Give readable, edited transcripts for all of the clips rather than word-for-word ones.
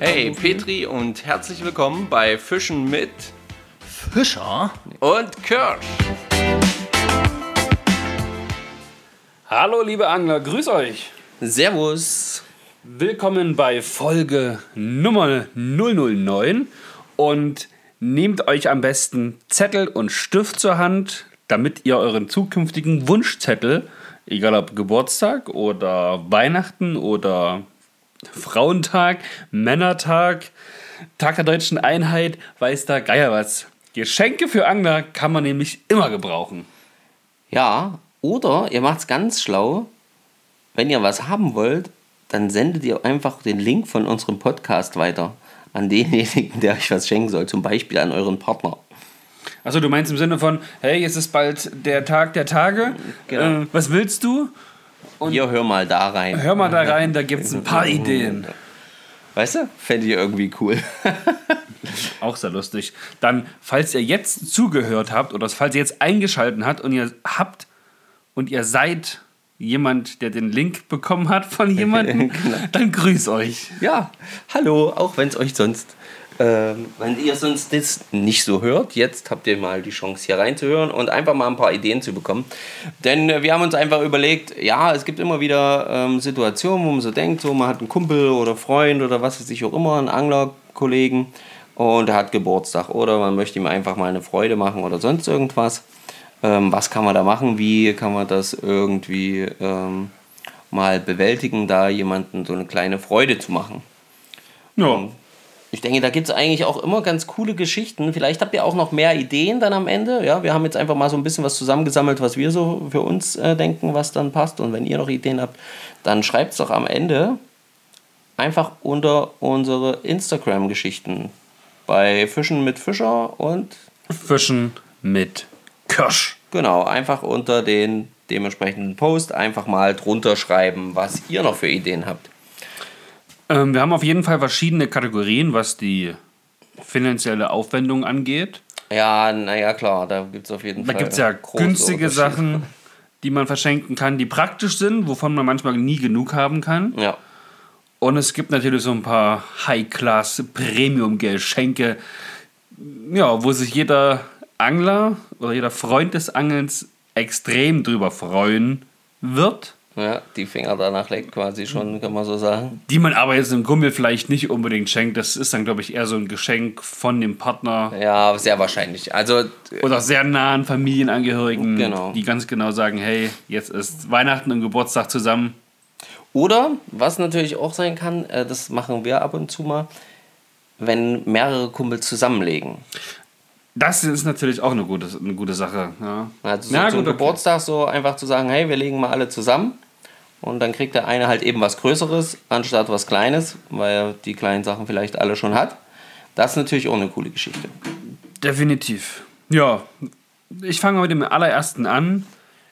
Hey Petri und herzlich willkommen bei Fischen mit Fischer und Kirsch. Hallo liebe Angler, grüß euch. Servus. Willkommen bei Folge Nummer 009 und nehmt euch am besten Zettel und Stift zur Hand, damit ihr euren zukünftigen Wunschzettel, egal ob Geburtstag oder Weihnachten oder Frauentag, Männertag, Tag der Deutschen Einheit, weiß der Geier was. Geschenke für Angler kann man nämlich immer gebrauchen. Ja, oder ihr macht's ganz schlau, wenn ihr was haben wollt, dann sendet ihr einfach den Link von unserem Podcast weiter an denjenigen, der euch was schenken soll, zum Beispiel an euren Partner. Also du meinst im Sinne von, hey, jetzt ist bald der Tag der Tage, Genau. Was willst du? Und Hier, hör mal da rein. hör mal da rein, da gibt es ein paar Ideen. Weißt du, fände ich irgendwie cool. Auch sehr lustig. Dann, falls ihr jetzt zugehört habt oder falls ihr jetzt eingeschaltet habt und ihr seid jemand, der den Link bekommen hat von jemandem, Genau. dann grüß euch. Ja, hallo, auch wenn es euch sonst, wenn ihr sonst das nicht so hört, jetzt habt ihr mal die Chance hier reinzuhören und einfach mal ein paar Ideen zu bekommen. Denn wir haben uns einfach überlegt, ja, es gibt immer wieder Situationen, wo man so denkt, so man hat einen Kumpel oder Freund oder was weiß ich auch immer, einen Anglerkollegen und er hat Geburtstag oder man möchte ihm einfach mal eine Freude machen oder sonst irgendwas. Was kann man da machen? Wie kann man das irgendwie mal bewältigen, da jemandem so eine kleine Freude zu machen? Ja. Ich denke, da gibt es eigentlich auch immer ganz coole Geschichten. Vielleicht habt ihr auch noch mehr Ideen dann am Ende. Ja, wir haben jetzt einfach mal so ein bisschen was zusammengesammelt, was wir so für uns denken, was dann passt. Und wenn ihr noch Ideen habt, dann schreibt es doch am Ende einfach unter unsere Instagram-Geschichten. Bei Fischen mit Fischer und Fischen mit Kirsch. genau, einfach unter den dementsprechenden Post einfach mal drunter schreiben, was ihr noch für Ideen habt. Wir haben auf jeden Fall verschiedene Kategorien, was die finanzielle Aufwendung angeht. Ja, naja, klar, da gibt es auf jeden Fall. Da gibt es ja große günstige Unterschiede. Sachen, die man verschenken kann, die praktisch sind, wovon man manchmal nie genug haben kann. Ja. Und es gibt natürlich so ein paar High-Class-Premium-Geschenke, ja, wo sich jeder Angler oder jeder Freund des Angelns extrem drüber freuen wird. Ja, die Finger danach leckt quasi schon, kann man so sagen. Die man aber jetzt einem Kumpel vielleicht nicht unbedingt schenkt. Das ist dann, glaube ich, eher so ein Geschenk von dem Partner Ja, sehr wahrscheinlich. Also, oder sehr nahen Familienangehörigen, Genau. die ganz genau sagen, hey, jetzt ist Weihnachten und Geburtstag zusammen. oder, was natürlich auch sein kann, das machen wir ab und zu mal, wenn mehrere Kumpels zusammenlegen. Das ist natürlich auch eine gute Sache. Ja. Also so Ja, zum gut, okay. Geburtstag so einfach zu sagen, hey, wir legen mal alle zusammen. Und dann kriegt der eine halt eben was Größeres, anstatt was Kleines, weil er die kleinen Sachen vielleicht alle schon hat. Das ist natürlich auch eine coole Geschichte. Definitiv. Ja, ich fange mit dem allerersten an.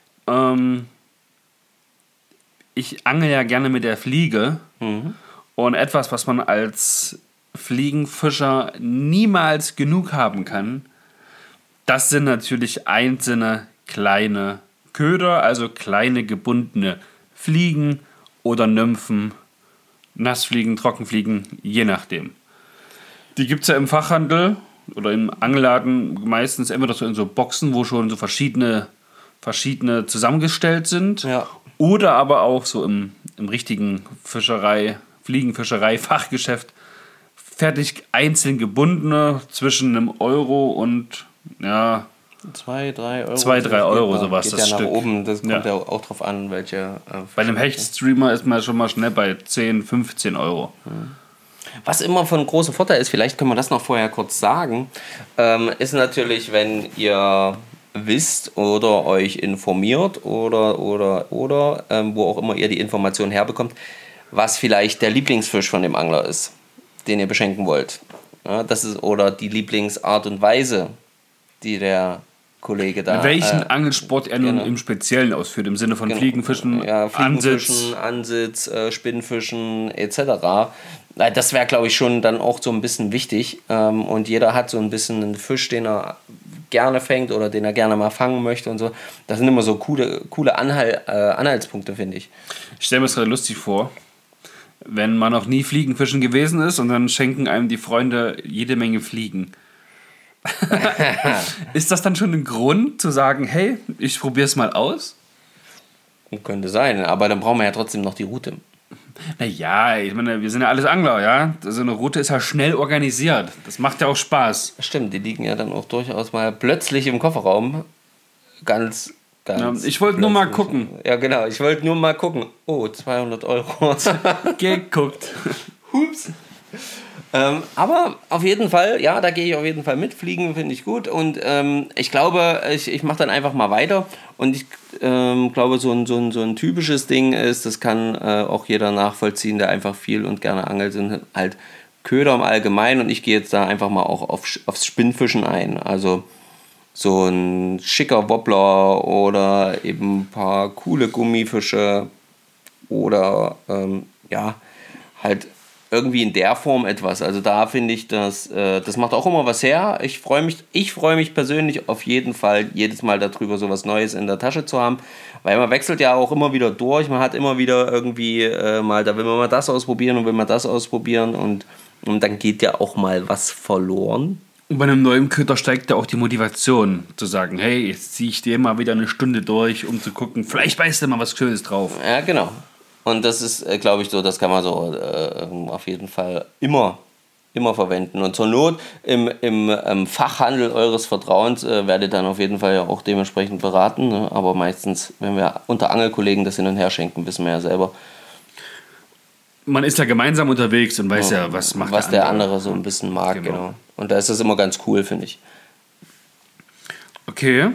Ich angel ja gerne mit der Fliege. Und etwas, was man als Fliegenfischer niemals genug haben kann, das sind natürlich einzelne kleine Köder, also kleine gebundene Fliegen oder Nymphen, Nassfliegen, Trockenfliegen, je nachdem. Die gibt es ja im Fachhandel oder im Angelladen meistens entweder so in so Boxen, wo schon so verschiedene zusammengestellt sind. Ja. Oder aber auch so im richtigen Fliegenfischerei-Fachgeschäft fertig einzeln gebundene zwischen einem Euro und ja, 2, 3 Euro. 2, 3 Euro, sowas, geht das ja nach Stück. oben, das kommt Ja. ja auch drauf an, welche. bei einem Hechtstreamer ist man schon mal schnell bei 10, 15 Euro. Was immer von großem Vorteil ist, vielleicht können wir das noch vorher kurz sagen, ist natürlich, wenn ihr wisst oder euch informiert oder wo auch immer ihr die Informationen herbekommt, was vielleicht der Lieblingsfisch von dem Angler ist, den ihr beschenken wollt. Ja, das ist, oder die Lieblingsart und Weise, die der Kollege da... Welchen Angelsport er nun genau. im Speziellen ausführt, im Sinne von Genau. Fliegenfischen, Ja, Ansitz. Ansitz, Spinnfischen etc. Das wäre, glaube ich, schon dann auch so ein bisschen wichtig. Und jeder hat so ein bisschen einen Fisch, den er gerne fängt oder den er gerne mal fangen möchte und so. Das sind immer so coole Anhaltspunkte, finde ich. Ich stelle mir das gerade lustig vor. wenn man noch nie Fliegenfischen gewesen ist und dann schenken einem die Freunde jede Menge Fliegen. Ist das dann schon ein Grund zu sagen, hey, ich probiere es mal aus? Könnte sein, aber dann brauchen wir ja trotzdem noch die Route. Naja, ich meine, wir sind ja alles Angler, ja. So eine Route ist ja schnell organisiert. Das macht ja auch Spaß. Stimmt, die liegen ja dann auch durchaus mal plötzlich im Kofferraum. Ganz ja, ich wollte nur mal gucken. Ja, genau, ich wollte nur mal gucken. Oh, 200 Euro. Geguckt. Hups. Aber auf jeden Fall, ja, da gehe ich auf jeden Fall mit. Fliegen finde ich gut und ich glaube, ich mache dann einfach mal weiter und ich glaube, so ein typisches Ding ist, das kann auch jeder nachvollziehen, der einfach viel und gerne angelt, sind halt Köder im Allgemeinen und ich gehe jetzt da einfach mal auch aufs Spinnfischen ein. Also so ein schicker Wobbler oder eben ein paar coole Gummifische oder ja, halt irgendwie in der Form etwas. Also da finde ich, das macht auch immer was her. Ich freue mich persönlich auf jeden Fall jedes Mal darüber, so was Neues in der Tasche zu haben, weil man wechselt ja auch immer wieder durch. Man hat immer wieder irgendwie da will man mal das ausprobieren und will man das ausprobieren und dann geht ja auch mal was verloren. Und bei einem neuen Köder steigt ja auch die Motivation, zu sagen, hey, jetzt ziehe ich dir mal wieder eine Stunde durch, um zu gucken, vielleicht beißt du mal was Schönes drauf. Ja, genau. Und das ist, glaube ich, so, das kann man so auf jeden Fall immer verwenden. Und zur Not im Fachhandel eures Vertrauens werdet dann auf jeden Fall ja auch dementsprechend beraten. Ne? Aber meistens, wenn wir unter Angelkollegen das hin und her schenken, wissen wir ja selber. Man ist ja gemeinsam unterwegs und weiß ja, was macht was der andere so ein bisschen mag. Genau. Und da ist das immer ganz cool, finde ich. Okay.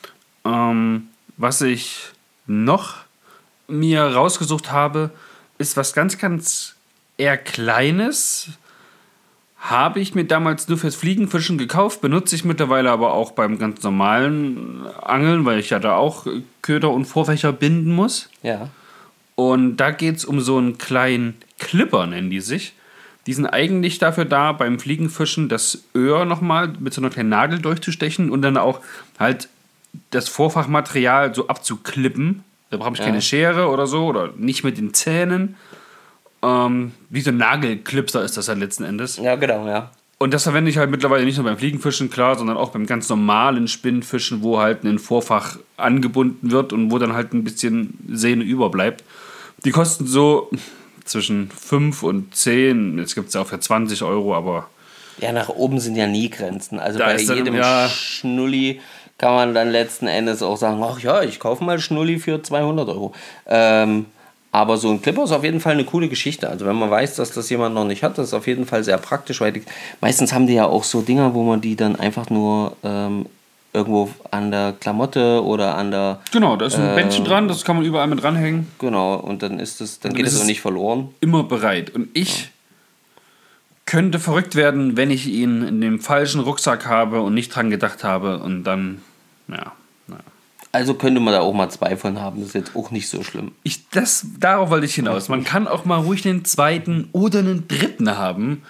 Was ich noch mir rausgesucht habe, ist was ganz, ganz eher Kleines. Habe ich mir damals nur fürs Fliegenfischen gekauft, benutze ich mittlerweile aber auch beim ganz normalen Angeln, weil ich ja da auch Köder und Vorfächer binden muss. Ja. Und da geht es um so einen kleinen Clipper, nennen die sich. Die sind eigentlich dafür da, beim Fliegenfischen das Öhr nochmal mit so einer kleinen Nadel durchzustechen und dann auch halt das Vorfachmaterial so abzuklippen. Da brauche ich keine Schere oder so oder nicht mit den Zähnen. Wie so ein Nagelklipser ist das ja letzten Endes. Ja, genau, ja. Und das verwende ich halt mittlerweile nicht nur beim Fliegenfischen, klar, sondern auch beim ganz normalen Spinnfischen, wo halt ein Vorfach angebunden wird und wo dann halt ein bisschen Sehne überbleibt. Die kosten so zwischen 5 und 10, jetzt gibt es ja auch für 20 Euro, aber... Ja, nach oben sind ja nie Grenzen. Also da bei jedem Schnulli kann man dann letzten Endes auch sagen, ach ja, ich kaufe mal Schnulli für 200 Euro. Aber so ein Clipper ist auf jeden Fall eine coole Geschichte. Also wenn man weiß, dass das jemand noch nicht hat, das ist auf jeden Fall sehr praktisch, weil meistens haben die ja auch so Dinger, wo man die dann einfach nur irgendwo an der Klamotte oder an der... Genau, da ist ein Bändchen dran, das kann man überall mit dranhängen. Genau, und dann geht es auch nicht verloren. Immer bereit. Und ich könnte verrückt werden, wenn ich ihn in dem falschen Rucksack habe und nicht dran gedacht habe und dann, ja. Also könnte man da auch mal 2 von haben, das ist jetzt auch nicht so schlimm. Darauf wollte ich hinaus. Man kann auch mal ruhig einen 2. oder einen 3. haben.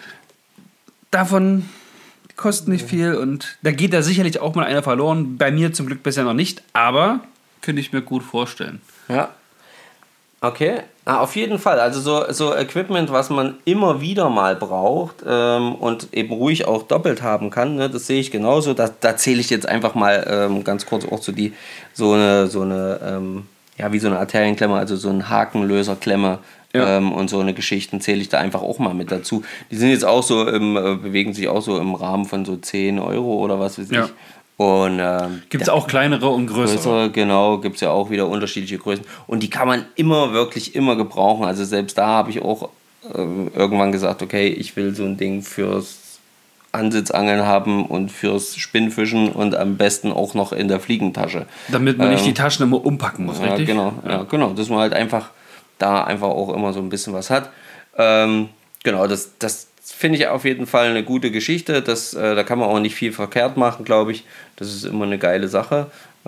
Davon kostet nicht viel und da geht da sicherlich auch mal einer verloren. Bei mir zum Glück bisher noch nicht, aber könnte ich mir gut vorstellen. Ja. Okay, auf jeden Fall. Also so Equipment, was man immer wieder mal braucht und eben ruhig auch doppelt haben kann, ne, das sehe ich genauso. Da zähle ich jetzt einfach mal ganz kurz auch zu so eine wie so eine Arterienklemme, also so eine Hakenlöserklemme. Ja. Und so eine Geschichten zähle ich da einfach auch mal mit dazu. Die sind jetzt auch so bewegen sich auch so im Rahmen von so 10 Euro oder was weiß ich. Und gibt es auch kleinere und größere? Genau, gibt es ja auch wieder unterschiedliche Größen. Und die kann man wirklich immer gebrauchen. Also selbst da habe ich auch irgendwann gesagt, okay, ich will so ein Ding fürs Ansitzangeln haben und fürs Spinnfischen und am besten auch noch in der Fliegentasche. Damit man nicht die Taschen immer umpacken muss, richtig? Genau, genau, dass man halt einfach auch immer so ein bisschen was hat. Genau, das finde ich auf jeden Fall eine gute Geschichte. Da kann man auch nicht viel verkehrt machen, glaube ich. Das ist immer eine geile Sache.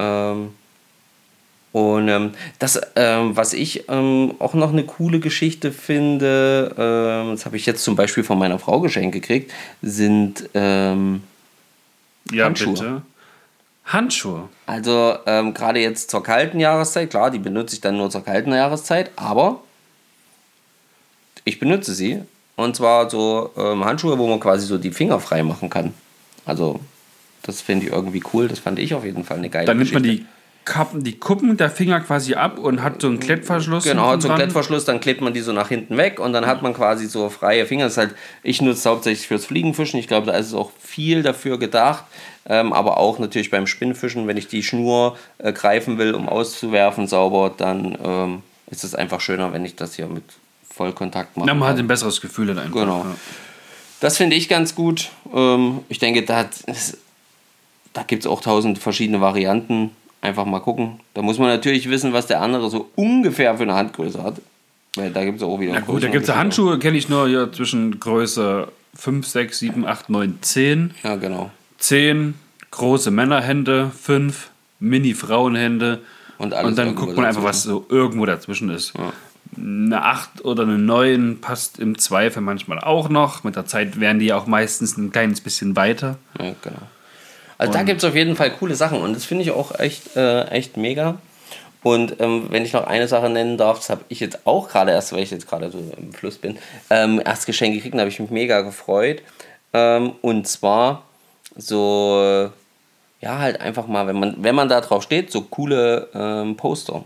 Was ich auch noch eine coole Geschichte finde, das habe ich jetzt zum Beispiel von meiner Frau geschenkt gekriegt, sind Handschuhe. Bitte. Handschuhe. Also gerade jetzt zur kalten Jahreszeit, klar, die benutze ich dann nur zur kalten Jahreszeit, aber ich benutze sie. Und zwar so Handschuhe, wo man quasi so die Finger frei machen kann. Also das finde ich irgendwie cool. Das fand ich auf jeden Fall eine geile Dann nimmt man Geschichte. die Kuppen der Finger quasi ab und hat so einen Klettverschluss. Genau, hat so einen dran. Klettverschluss, dann klebt man die so nach hinten weg und dann hat man quasi so freie Finger. Das ist halt, ich nutze es hauptsächlich fürs Fliegenfischen. Ich glaube, da ist es auch viel dafür gedacht. Aber auch natürlich beim Spinnfischen, wenn ich die Schnur greifen will, um auszuwerfen sauber, dann ist es einfach schöner, wenn ich das hier mit Vollkontakt mache. Na, man hat ein besseres Gefühl dann einfach. Genau. Ja. Das finde ich ganz gut. Ich denke, da gibt es auch 1000 verschiedene Varianten. Einfach mal gucken. Da muss man natürlich wissen, was der andere so ungefähr für eine Handgröße hat. Weil da gibt es auch wieder. Na gut, da gibt es ja Handschuhe, kenne ich nur hier zwischen Größe 5, 6, 7, 8, 9, 10. Ja, genau. 10 große Männerhände, 5 Mini-Frauenhände. Und dann guckt man einfach, was so irgendwo dazwischen ist. Ja. Eine 8 oder eine 9 passt im Zweifel manchmal auch noch. Mit der Zeit werden die auch meistens ein kleines bisschen weiter. Ja, genau. Also da gibt es auf jeden Fall coole Sachen und das finde ich auch echt mega. Und wenn ich noch eine Sache nennen darf, das habe ich jetzt auch gerade erst, weil ich jetzt gerade so im Fluss bin, erst Geschenk gekriegt, da habe ich mich mega gefreut. Und zwar so, ja halt einfach mal, wenn man da drauf steht, so coole Poster.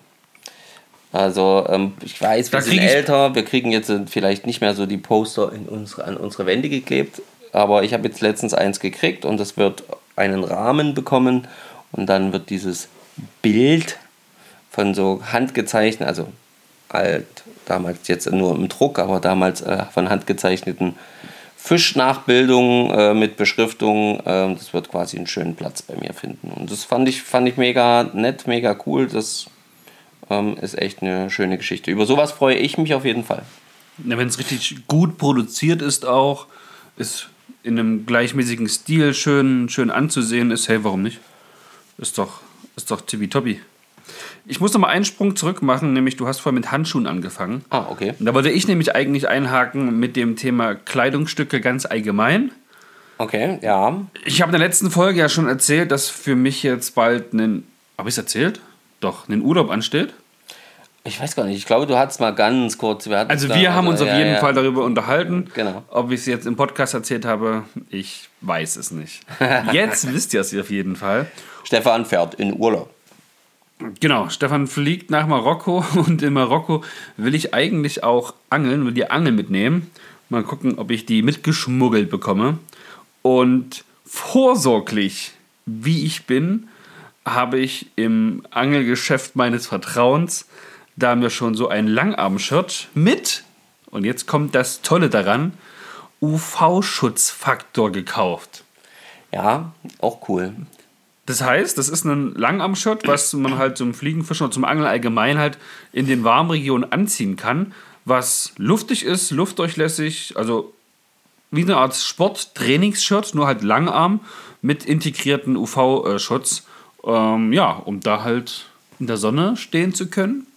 Also ich weiß, wir sind älter, wir kriegen jetzt vielleicht nicht mehr so die Poster an unsere Wände geklebt, aber ich habe jetzt letztens eins gekriegt und das wird einen Rahmen bekommen und dann wird dieses Bild von so handgezeichnet, also halt damals jetzt nur im Druck, aber damals von handgezeichneten Fischnachbildungen mit Beschriftung, das wird quasi einen schönen Platz bei mir finden. Und das fand ich mega nett, mega cool, das ist echt eine schöne Geschichte. Über sowas freue ich mich auf jeden Fall. Ja, wenn es richtig gut produziert ist auch, ist in einem gleichmäßigen Stil schön anzusehen ist, hey, warum nicht? Ist doch tippitoppi. Ich muss noch mal einen Sprung zurück machen, nämlich du hast vorhin mit Handschuhen angefangen. Ah, okay. Da wollte ich nämlich eigentlich einhaken mit dem Thema Kleidungsstücke ganz allgemein. Okay, ja. Ich habe in der letzten Folge ja schon erzählt, dass für mich jetzt bald ein Urlaub ansteht. Ich weiß gar nicht, ich glaube, du hattest mal ganz kurz... Wir haben uns auf jeden Fall darüber unterhalten. Genau. Ob ich es jetzt im Podcast erzählt habe, ich weiß es nicht. Jetzt wisst ihr es auf jeden Fall. Stefan fährt in Urlaub. Genau, Stefan fliegt nach Marokko und in Marokko will ich eigentlich auch will die Angel mitnehmen. Mal gucken, ob ich die mitgeschmuggelt bekomme. Und vorsorglich, wie ich bin, habe ich im Angelgeschäft meines Vertrauens da haben wir schon so ein Langarm-Shirt mit, und jetzt kommt das Tolle daran, UV-Schutzfaktor gekauft. Ja, auch cool. Das heißt, das ist ein Langarm-Shirt, was man halt zum Fliegenfischen oder zum Angeln allgemein halt in den Warmregionen anziehen kann, was luftig ist, luftdurchlässig, also wie eine Art Sport-Trainings-Shirt, nur halt Langarm mit integrierten UV-Schutz, um da halt in der Sonne stehen zu können.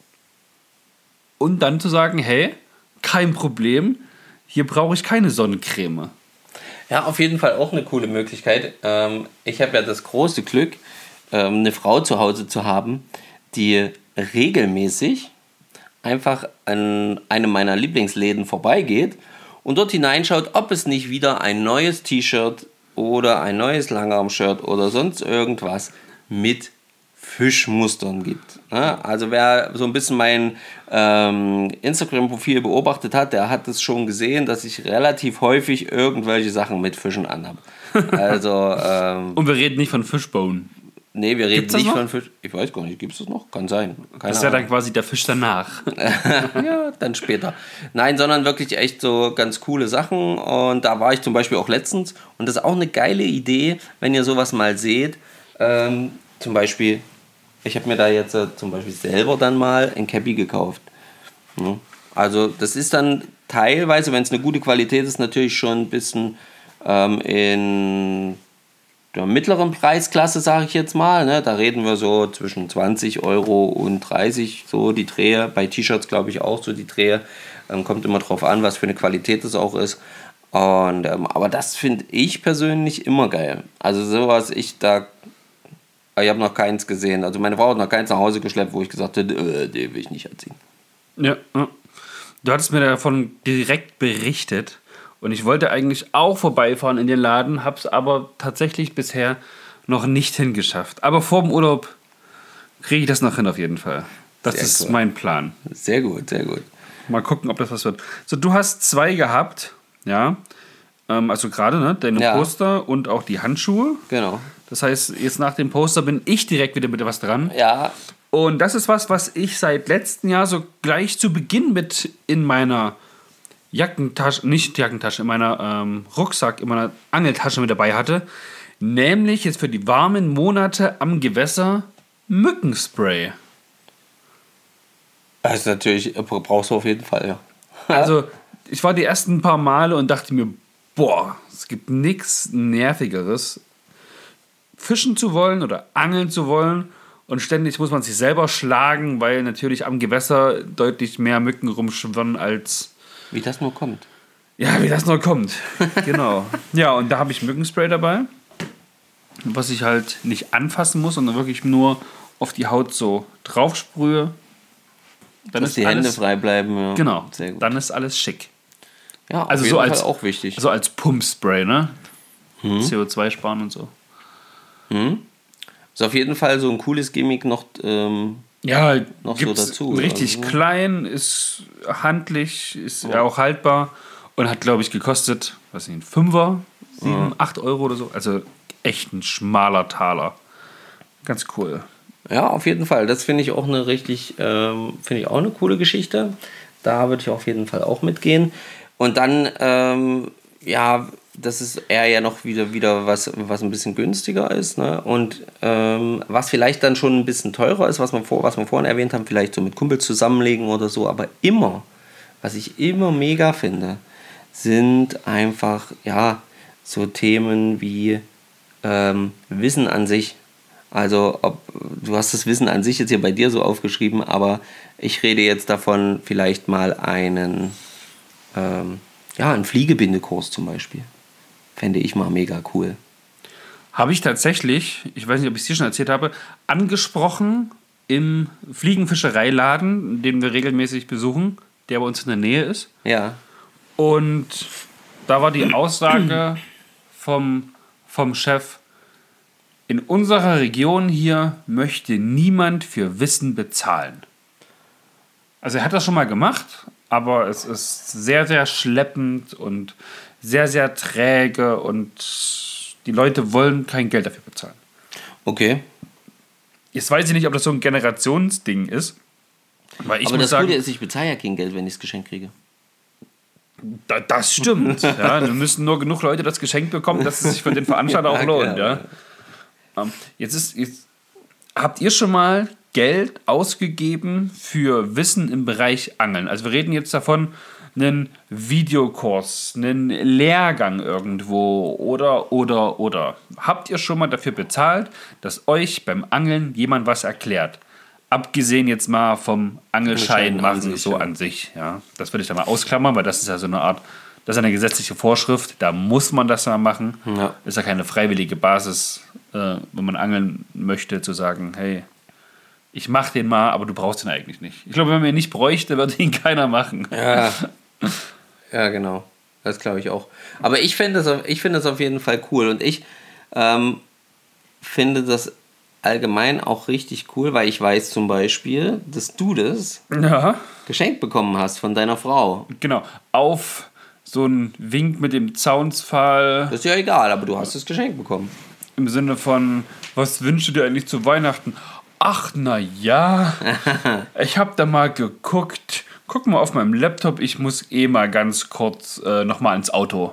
Und dann zu sagen, hey, kein Problem, hier brauche ich keine Sonnencreme. Ja, auf jeden Fall auch eine coole Möglichkeit. Ich habe ja das große Glück, eine Frau zu Hause zu haben, die regelmäßig einfach an einem meiner Lieblingsläden vorbeigeht und dort hineinschaut, ob es nicht wieder ein neues T-Shirt oder ein neues Langarm-Shirt oder sonst irgendwas mit Fischmustern gibt. Also wer so ein bisschen mein Instagram-Profil beobachtet hat, der hat es schon gesehen, dass ich relativ häufig irgendwelche Sachen mit Fischen anhabe. Also, und wir reden nicht von Fishbone. Nee, wir reden nicht von Fisch. Ich weiß gar nicht, gibt es das noch? Kann sein. Das ist ja dann quasi der Fisch danach. Ja, dann später. Nein, sondern wirklich echt so ganz coole Sachen. Und da war ich zum Beispiel auch letztens. Und das ist auch eine geile Idee, wenn ihr sowas mal seht. Zum Beispiel, ich habe mir da jetzt zum Beispiel selber dann mal ein Cappy gekauft. Also das ist dann teilweise, wenn es eine gute Qualität ist, natürlich schon ein bisschen in der mittleren Preisklasse, sage ich jetzt mal. Ne? Da reden wir so zwischen 20 Euro und 30, so die Drehe. Bei T-Shirts glaube ich auch so die Drehe. Kommt immer drauf an, was für eine Qualität das auch ist. Und, aber das finde ich persönlich immer geil. Also sowas, ich habe noch keins gesehen. Also meine Frau hat noch keins nach Hause geschleppt, wo ich gesagt hätte, den will ich nicht anziehen. Ja. Du hattest mir davon direkt berichtet und ich wollte eigentlich auch vorbeifahren in den Laden, hab's aber tatsächlich bisher noch nicht hingeschafft. Aber vor dem Urlaub kriege ich das noch hin auf jeden Fall. Das Sehr ist cool. mein Plan. Sehr gut, sehr gut. Mal gucken, ob das was wird. So, du hast 2 gehabt, ja. Also gerade, ne, deine Ja. Poster und auch die Handschuhe. Genau. Das heißt, jetzt nach dem Poster bin ich direkt wieder mit was dran. Ja, Und das ist was ich seit letztem Jahr so gleich zu Beginn mit in meiner Jackentasche, nicht Jackentasche, in meiner Rucksack, in meiner Angeltasche mit dabei hatte. Nämlich jetzt für die warmen Monate am Gewässer Mückenspray. das ist natürlich, brauchst du auf jeden Fall, ja. Also, ich war die ersten paar Male und dachte mir, boah, es gibt nichts Nervigeres, fischen zu wollen oder angeln zu wollen und ständig muss man sich selber schlagen, weil natürlich am Gewässer deutlich mehr Mücken rumschwirren als, Wie das nur kommt. ja, wie das noch kommt. Genau. Ja, und da habe ich Mückenspray dabei, was ich halt nicht anfassen muss, sondern wirklich nur auf die Haut so drauf sprühe. Dann Dass ist die Hände alles, frei bleiben, ja. genau, Sehr gut. dann ist alles schick. Ja, Also auf so jeden als Fall auch wichtig. So als Pumpspray, ne? CO2 sparen und so. Ist auf jeden Fall so ein cooles Gimmick noch. Ja, Noch so gibt's dazu, richtig also. klein, ist handlich, ist ja auch haltbar und hat, glaube ich, gekostet, was nicht, ein Fünfer, 7, 8 Euro oder so. Also echt ein schmaler Taler. Ganz cool. Ja, auf jeden Fall. Das finde ich auch eine richtig, finde ich auch eine coole Geschichte. Da würde ich auf jeden Fall auch mitgehen. Und dann, ja, das ist eher ja noch wieder was ein bisschen günstiger ist, ne? Und was vielleicht dann schon ein bisschen teurer ist, was wir vorhin erwähnt haben, vielleicht so mit Kumpels zusammenlegen oder so, aber immer, was ich immer mega finde, sind einfach, ja, so Themen wie Wissen an sich. Also, du hast das Wissen an sich jetzt hier bei dir so aufgeschrieben, aber ich rede jetzt davon, vielleicht mal einen Fliegebindekurs zum Beispiel. Fände ich mal mega cool. Habe ich tatsächlich, ich weiß nicht, ob ich es dir schon erzählt habe, angesprochen im Fliegenfischereiladen, den wir regelmäßig besuchen, der bei uns in der Nähe ist. Ja. Und da war die Aussage vom Chef, in unserer Region hier möchte niemand für Wissen bezahlen. Also er hat das schon mal gemacht, aber es ist sehr, sehr schleppend und sehr, sehr träge und die Leute wollen kein Geld dafür bezahlen. Okay. Jetzt weiß ich nicht, ob das so ein Generationsding ist. Weil ich Aber muss das sagen, Gute ist, ich bezahle ja kein Geld, wenn ich es geschenkt kriege. Das stimmt. Ja, dann müssen nur genug Leute das Geschenk bekommen, dass es sich für den Veranstalter auch lohnt. genau. Ja. Jetzt habt ihr schon mal Geld ausgegeben für Wissen im Bereich Angeln? Also wir reden jetzt davon, einen Videokurs, einen Lehrgang irgendwo oder. Habt ihr schon mal dafür bezahlt, dass euch beim Angeln jemand was erklärt? Abgesehen jetzt mal vom Angelschein machen so an sich. Ja. Das würde ich da mal ausklammern, weil das ist ja so eine Art, das ist eine gesetzliche Vorschrift, da muss man das mal machen. Ja. Ist ja keine freiwillige Basis, wenn man angeln möchte, zu sagen, hey, ich mach den mal, aber du brauchst den eigentlich nicht. Ich glaube, wenn man ihn nicht bräuchte, würde ihn keiner machen. Ja. Ja, genau. Das glaube ich auch. Aber ich finde das auf jeden Fall cool. Und ich finde das allgemein auch richtig cool, weil ich weiß zum Beispiel, dass du das Ja, geschenkt bekommen hast von deiner Frau. genau. Auf so einen Wink mit dem Zaunsfall Das ist ja egal, aber du hast es geschenkt bekommen. im Sinne von, was wünschst du dir eigentlich zu Weihnachten? Ach, na ja, ich habe da mal geguckt. Guck mal auf meinem Laptop, ich muss mal ganz kurz nochmal ins Auto.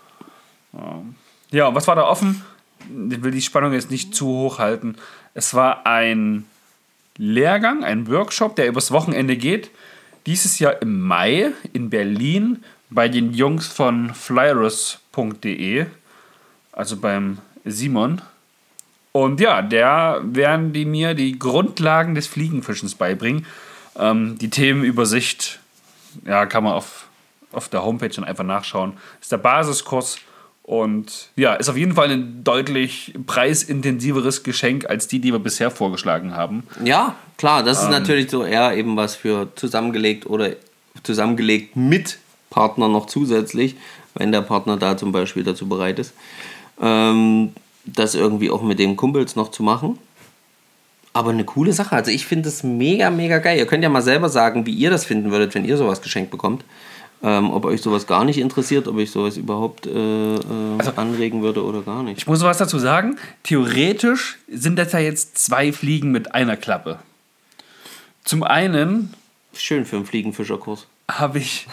Ja, und was war da offen? Ich will die Spannung jetzt nicht zu hoch halten. Es war ein Lehrgang, ein Workshop, der übers Wochenende geht. Dieses Jahr im Mai in Berlin bei den Jungs von flyrus.de, also beim Simon. Und ja, der werden die mir die Grundlagen des Fliegenfischens beibringen. Die Themenübersicht, ja, kann man auf der Homepage dann einfach nachschauen. Ist der Basiskurs und ja, ist auf jeden Fall ein deutlich preisintensiveres Geschenk als die wir bisher vorgeschlagen haben. Ja, klar, das ist natürlich so eher eben was für zusammengelegt oder zusammengelegt mit Partner noch zusätzlich, wenn der Partner da zum Beispiel dazu bereit ist, das irgendwie auch mit den Kumpels noch zu machen. Aber eine coole Sache. Also ich finde es mega, mega geil. Ihr könnt ja mal selber sagen, wie ihr das finden würdet, wenn ihr sowas geschenkt bekommt. Ob euch sowas gar nicht interessiert, ob ich sowas überhaupt anregen würde oder gar nicht. Ich muss was dazu sagen. Theoretisch sind das ja jetzt 2 Fliegen mit einer Klappe. Zum einen... Schön für einen Fliegenfischerkurs. Habe ich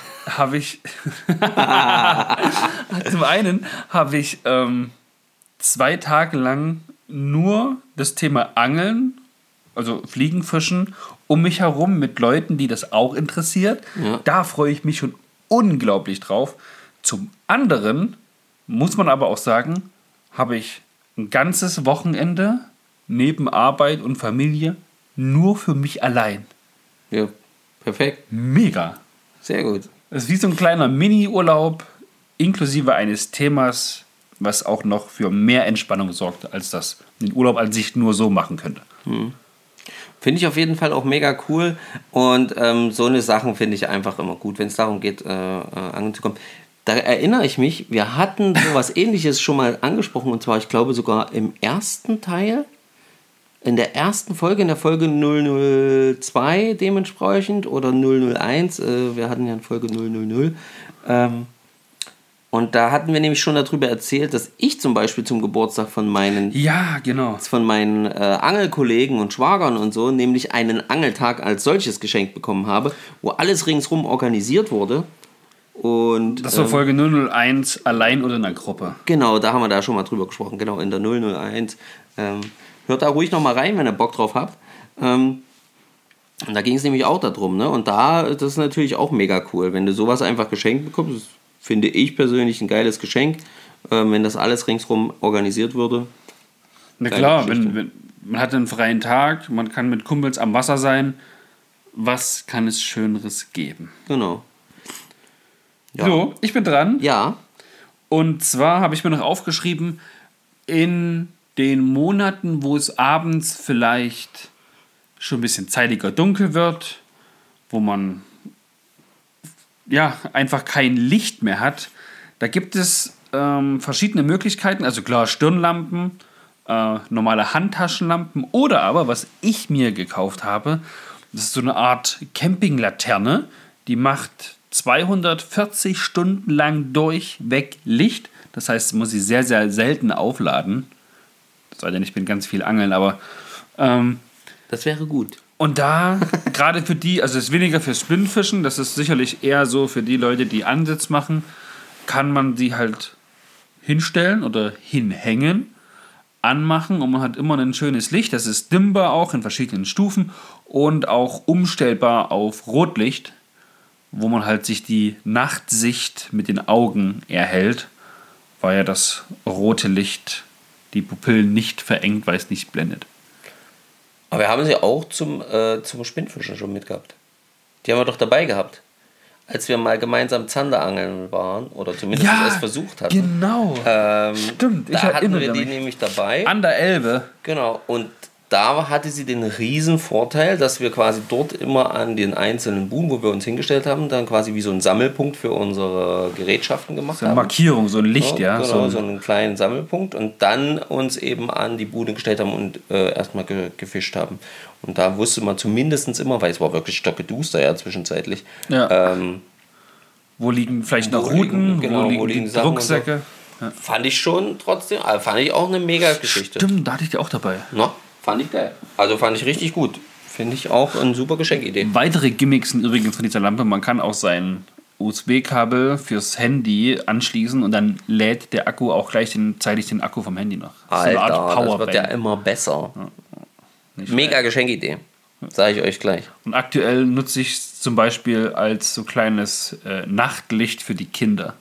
zum einen habe ich 2 Tage lang nur das Thema Angeln, also Fliegenfischen, um mich herum mit Leuten, die das auch interessiert. Ja. Da freue ich mich schon unglaublich drauf. Zum anderen muss man aber auch sagen, habe ich ein ganzes Wochenende neben Arbeit und Familie nur für mich allein. Ja, perfekt. Mega. Sehr gut. Es ist wie so ein kleiner Mini-Urlaub, inklusive eines Themas, was auch noch für mehr Entspannung sorgt, als das den Urlaub an sich nur so machen könnte. Finde ich auf jeden Fall auch mega cool. Und so eine Sachen finde ich einfach immer gut, wenn es darum geht, angeln zu kommen. Da erinnere ich mich, wir hatten sowas Ähnliches schon mal angesprochen. Und zwar, ich glaube, sogar im ersten Teil. In der ersten Folge, in der Folge 002 dementsprechend oder 001, wir hatten ja in Folge 000, und da hatten wir nämlich schon darüber erzählt, dass ich zum Beispiel zum Geburtstag von meinen, Ja, genau. Angelkollegen und Schwagern und so, nämlich einen Angeltag als solches geschenkt bekommen habe, wo alles ringsrum organisiert wurde. Und, Das war Folge 001, allein oder in einer Gruppe. Genau, da haben wir da schon mal drüber gesprochen, genau, in der 001. Hört da ruhig nochmal rein, wenn ihr Bock drauf habt. Und da ging es nämlich auch darum, ne? Und das ist natürlich auch mega cool, wenn du sowas einfach geschenkt bekommst. Das finde ich persönlich ein geiles Geschenk, wenn das alles ringsrum organisiert würde. Na klar, wenn man hat einen freien Tag, man kann mit Kumpels am Wasser sein. Was kann es Schöneres geben? Genau. Ja. So, ich bin dran. Ja. Und zwar habe ich mir noch aufgeschrieben, in den Monaten, wo es abends vielleicht schon ein bisschen zeitiger dunkel wird, wo man ja einfach kein Licht mehr hat, da gibt es verschiedene Möglichkeiten, also klar Stirnlampen, normale Handtaschenlampen oder aber, was ich mir gekauft habe, das ist so eine Art Campinglaterne, die macht 240 Stunden lang durchweg Licht, das heißt, man muss sie sehr, sehr selten aufladen. Das sei denn, ich bin ganz viel angeln, aber Das wäre gut. und da, gerade für die, also es ist weniger fürs Blindfischen, das ist sicherlich eher so für die Leute, die Ansitz machen, kann man sie halt hinstellen oder hinhängen, anmachen und man hat immer ein schönes Licht. Das ist dimmbar auch in verschiedenen Stufen und auch umstellbar auf Rotlicht, wo man halt sich die Nachtsicht mit den Augen erhält, weil ja das rote Licht die Pupillen nicht verengt, weil es nicht blendet. Aber wir haben sie auch zum Spinnfischen schon mitgehabt. Die haben wir doch dabei gehabt. Als wir mal gemeinsam Zanderangeln waren, oder zumindest es versucht hatten. Genau. Stimmt, ich da hatten erinnere wir die mich. nämlich dabei. An der Elbe. Genau, und da hatte sie den riesen Vorteil, dass wir quasi dort immer an den einzelnen Buhnen, wo wir uns hingestellt haben, dann quasi wie so einen Sammelpunkt für unsere Gerätschaften gemacht So eine haben. Markierung, so ein Licht, ja. Genau, so einen kleinen Sammelpunkt und dann uns eben an die Bude gestellt haben und erstmal gefischt haben. Und da wusste man zumindest immer, weil es war wirklich stockeduster ja zwischenzeitlich, Ja. Wo liegen vielleicht noch Routen, wo liegen die Sachen und Rucksäcke. so. Fand ich schon trotzdem, fand ich auch eine mega Geschichte. Stimmt, da hatte ich die auch dabei. No, fand ich geil. Also fand ich richtig gut. Finde ich auch eine super Geschenkidee. Weitere Gimmicks sind übrigens von dieser Lampe. Man kann auch sein USB-Kabel fürs Handy anschließen und dann lädt der Akku auch gleichzeitig den Akku vom Handy noch. Das ist so eine Alter, Art das wird Powerbank. ja immer besser. Nicht Mega Geschenkidee. Sage ich euch gleich. Und aktuell nutze ich es zum Beispiel als so kleines Nachtlicht für die Kinder.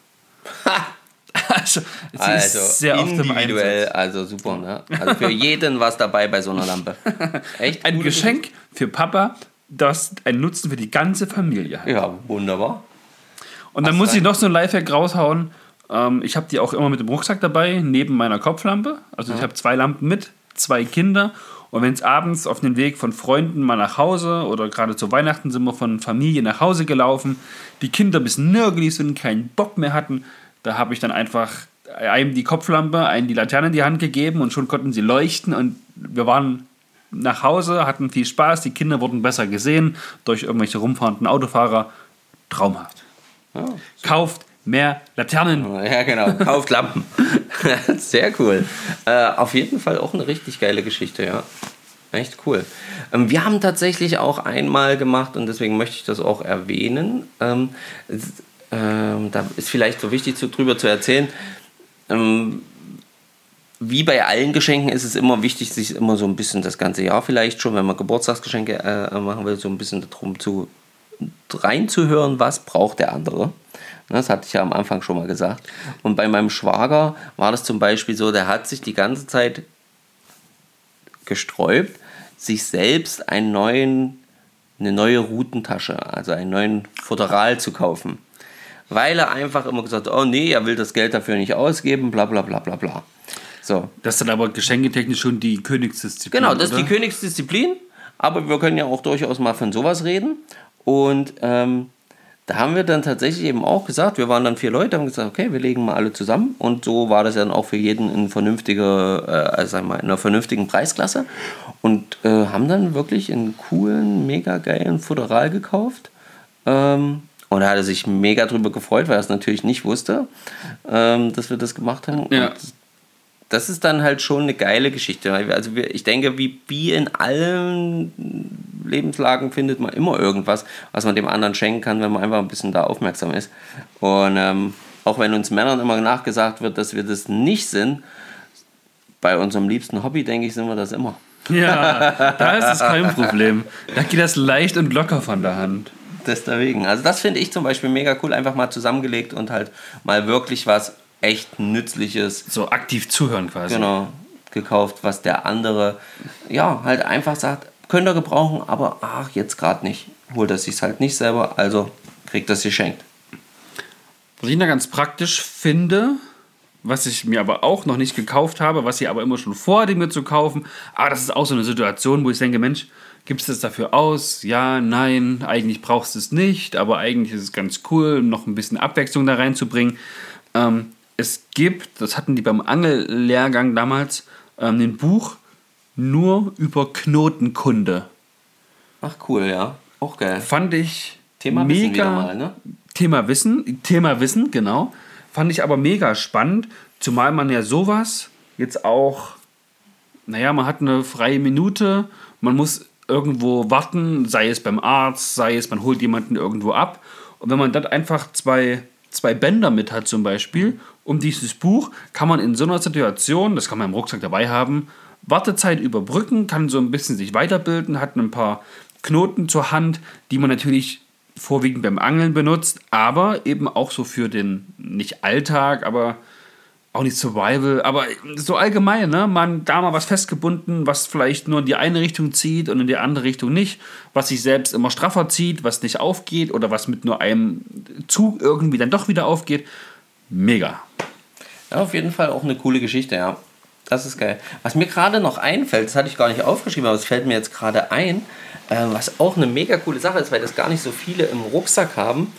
Also, sie ist sehr oft im individuell, Einsatz. also super. Ne? Also für jeden was dabei bei so einer Lampe. Echt Ein gute Geschenk für Papa, das einen Nutzen für die ganze Familie hat. Geschichte. Ja, wunderbar. Und dann muss ich noch so ein Lifehack raushauen. Ich habe die auch immer mit dem Rucksack dabei, neben meiner Kopflampe. Also ich habe 2 Lampen mit, 2 Kinder. Und wenn es abends auf den Weg von Freunden mal nach Hause oder gerade zu Weihnachten sind wir von Familie nach Hause gelaufen, die Kinder ein bisschen nörgelig sind, keinen Bock mehr hatten, da habe ich dann einfach einem die Kopflampe, einem die Laterne in die Hand gegeben und schon konnten sie leuchten und wir waren nach Hause, hatten viel Spaß, die Kinder wurden besser gesehen durch irgendwelche rumfahrenden Autofahrer. Traumhaft. Ja, Kauft mehr Laternen. Ja, genau. Kauft Lampen. Sehr cool. Auf jeden Fall auch eine richtig geile Geschichte, ja. Echt cool. Wir haben tatsächlich auch einmal gemacht und deswegen möchte ich das auch erwähnen. Da ist vielleicht so wichtig drüber zu erzählen. Wie bei allen Geschenken ist es immer wichtig, sich immer so ein bisschen das ganze Jahr vielleicht schon, wenn man Geburtstagsgeschenke machen will, so ein bisschen darum reinzuhören, was braucht der andere. Das hatte ich ja am Anfang schon mal gesagt. Und bei meinem Schwager war das zum Beispiel so, der hat sich die ganze Zeit gesträubt, sich selbst eine neue Routentasche, also einen neuen Futteral zu kaufen. Weil er einfach immer gesagt hat, oh nee, er will das Geld dafür nicht ausgeben, bla bla bla bla bla. So. Das ist dann aber geschenketechnisch schon die Königsdisziplin. Genau, das ist die Königsdisziplin, aber wir können ja auch durchaus mal von sowas reden. Und da haben wir dann tatsächlich eben auch gesagt, wir waren dann 4 Leute, haben gesagt, okay, wir legen mal alle zusammen. Und so war das dann auch für jeden in einer vernünftigen Preisklasse. Und haben dann wirklich einen coolen, mega geilen Futteral gekauft. Und er hatte sich mega drüber gefreut, weil er es natürlich nicht wusste, dass wir das gemacht haben. Ja. Und das ist dann halt schon eine geile Geschichte. Also ich denke, wie in allen Lebenslagen findet man immer irgendwas, was man dem anderen schenken kann, wenn man einfach ein bisschen da aufmerksam ist. Und auch wenn uns Männern immer nachgesagt wird, dass wir das nicht sind, bei unserem liebsten Hobby, denke ich, sind wir das immer. Ja, da ist es kein Problem. Da geht das leicht und locker von der Hand. Deswegen. Also das finde ich zum Beispiel mega cool, einfach mal zusammengelegt und halt mal wirklich was echt Nützliches. So aktiv zuhören quasi. Genau, gekauft, was der andere ja halt einfach sagt, könnt ihr gebrauchen, aber ach, jetzt gerade nicht. Holt er sich halt nicht selber, also kriegt das geschenkt. Was ich da ganz praktisch finde, was ich mir aber auch noch nicht gekauft habe, was ich aber immer schon vorhatte, mir zu kaufen, aber das ist auch so eine Situation, wo ich denke, Mensch, gibst du es dafür aus? Ja, nein, eigentlich brauchst du es nicht, aber eigentlich ist es ganz cool, noch ein bisschen Abwechslung da reinzubringen. Es gibt, das hatten die beim Angellehrgang damals, ein Buch nur über Knotenkunde. Ach cool, ja. Auch geil. Fand ich Thema mega, Wissen wieder mal, ne? Thema Wissen, genau. Fand ich aber mega spannend, zumal man ja sowas jetzt auch, naja, man hat eine freie Minute, man muss irgendwo warten, sei es beim Arzt, sei es man holt jemanden irgendwo ab. Und wenn man dann einfach zwei Bänder mit hat zum Beispiel, um dieses Buch, kann man in so einer Situation, das kann man im Rucksack dabei haben, Wartezeit überbrücken, kann so ein bisschen sich weiterbilden, hat ein paar Knoten zur Hand, die man natürlich vorwiegend beim Angeln benutzt, aber eben auch so für den, nicht Alltag, aber auch nicht Survival, aber so allgemein, ne? Man da mal was festgebunden, was vielleicht nur in die eine Richtung zieht und in die andere Richtung nicht, was sich selbst immer straffer zieht, was nicht aufgeht oder was mit nur einem Zug irgendwie dann doch wieder aufgeht. Mega. Ja, auf jeden Fall auch eine coole Geschichte, ja. Das ist geil. Was mir gerade noch einfällt, das hatte ich gar nicht aufgeschrieben, aber es fällt mir jetzt gerade ein, was auch eine mega coole Sache ist, weil das gar nicht so viele im Rucksack haben,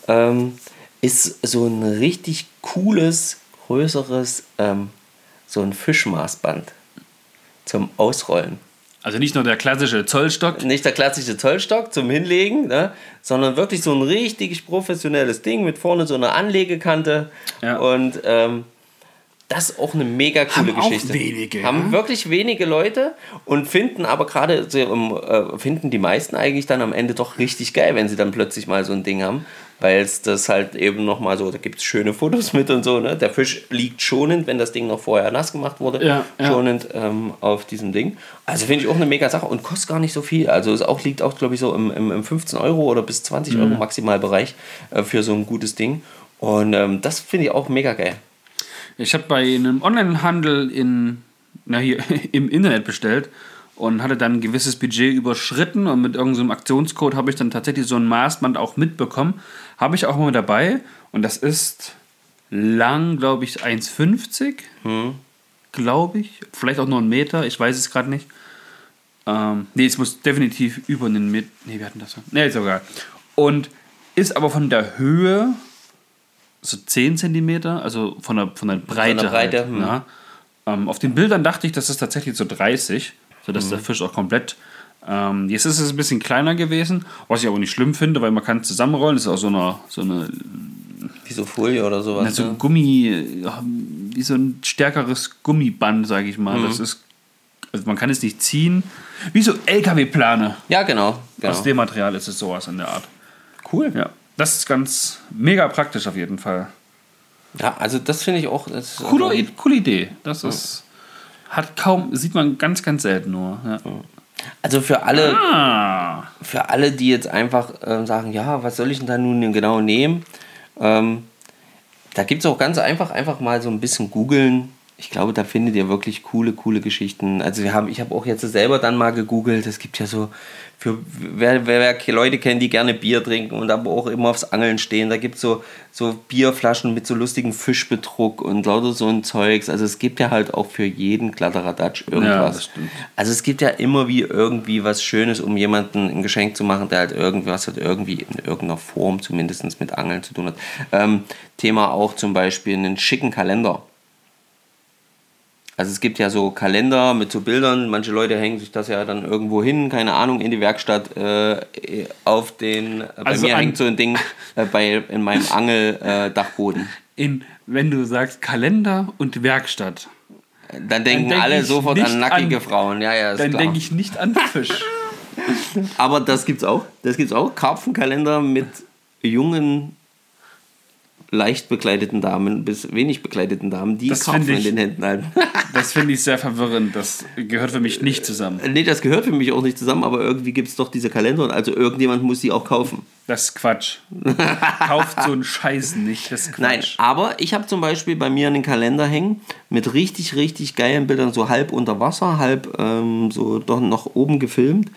ist so ein richtig cooles, größeres, so ein Fischmaßband zum Ausrollen. Also nicht nur der klassische Zollstock. Nicht der klassische Zollstock zum Hinlegen, ne, sondern wirklich so ein richtig professionelles Ding mit vorne so einer Anlegekante. Ja. Und das ist auch eine mega coole Geschichte. Auch wenige. Haben wirklich wenige Leute und finden aber gerade, finden die meisten eigentlich dann am Ende doch richtig geil, wenn sie dann plötzlich mal so ein Ding haben. Weil es das halt eben nochmal so, da gibt es schöne Fotos mit und so, ne? Der Fisch liegt schonend, wenn das Ding noch vorher nass gemacht wurde, schonend auf diesem Ding. Also finde ich auch eine mega Sache und kostet gar nicht so viel. Also es liegt auch, glaube ich, so im 15 Euro oder bis 20 Euro Maximalbereich für so ein gutes Ding. Und das finde ich auch mega geil. Ich habe bei einem Onlinehandel im Internet bestellt und hatte dann ein gewisses Budget überschritten und mit irgendeinem Aktionscode habe ich dann tatsächlich so ein Maßband auch mitbekommen. Habe ich auch mal dabei und das ist lang, glaube ich, 1,50, glaube ich. Vielleicht auch nur 1 Meter, ich weiß es gerade nicht. Nee, es muss definitiv über einen Meter. Nee, wir hatten das. Nee, ist sogar. Und ist aber von der Höhe so 10 Zentimeter, also von der Breite. Von der Breite, halt, ja. Auf den Bildern dachte ich, das ist tatsächlich so 30, sodass der Fisch auch komplett. Jetzt ist es ein bisschen kleiner gewesen, was ich aber nicht schlimm finde, weil man kann es zusammenrollen. Das ist auch so eine wie so Folie oder sowas. so ein Gummi, wie so ein stärkeres Gummiband, sage ich mal. Das ist, also man kann es nicht ziehen. Wie so LKW-Plane. Ja, genau. Aus dem Material ist es sowas in der Art. Cool. Ja, das ist ganz mega praktisch auf jeden Fall. Ja, also das finde ich auch. Coole Idee. Das ist, sieht man ganz, ganz selten nur. Ja. Also für alle, die jetzt einfach sagen, ja, was soll ich denn da nun genau nehmen? Da gibt es auch ganz einfach mal so ein bisschen googeln. Ich glaube, da findet ihr wirklich coole Geschichten. Also ich habe auch jetzt selber dann mal gegoogelt. Es gibt ja so, für wer Leute kennt, die gerne Bier trinken und aber auch immer aufs Angeln stehen. Da gibt es so Bierflaschen mit so lustigem Fischbedruck und lauter so ein Zeugs. Also es gibt ja halt auch für jeden Kladderadatsch irgendwas. Ja, das stimmt. Also es gibt ja immer irgendwie was Schönes, um jemanden ein Geschenk zu machen, der halt irgendwie in irgendeiner Form zumindest mit Angeln zu tun hat. Thema auch zum Beispiel einen schicken Kalender. Also es gibt ja so Kalender mit so Bildern, manche Leute hängen sich das ja dann irgendwo hin, keine Ahnung, in die Werkstatt, bei mir hängt so ein Ding in meinem Angeldachboden. Wenn du sagst Kalender und Werkstatt, dann denken alle sofort an nackige Frauen. Ja, ist dann klar. denke ich nicht an Fisch. Aber das gibt's auch. Karpfenkalender mit jungen, leicht bekleideten Damen bis wenig bekleideten Damen, die Karpfen in den Händen halten. Das finde ich sehr verwirrend. Das gehört für mich nicht zusammen. Nee, das gehört für mich auch nicht zusammen, aber irgendwie gibt es doch diese Kalender und also irgendjemand muss die auch kaufen. Das ist Quatsch. Kauft so einen Scheiß nicht. Das ist Quatsch. Nein, aber ich habe zum Beispiel bei mir einen Kalender hängen mit richtig, richtig geilen Bildern, so halb unter Wasser, halb so doch noch oben gefilmt.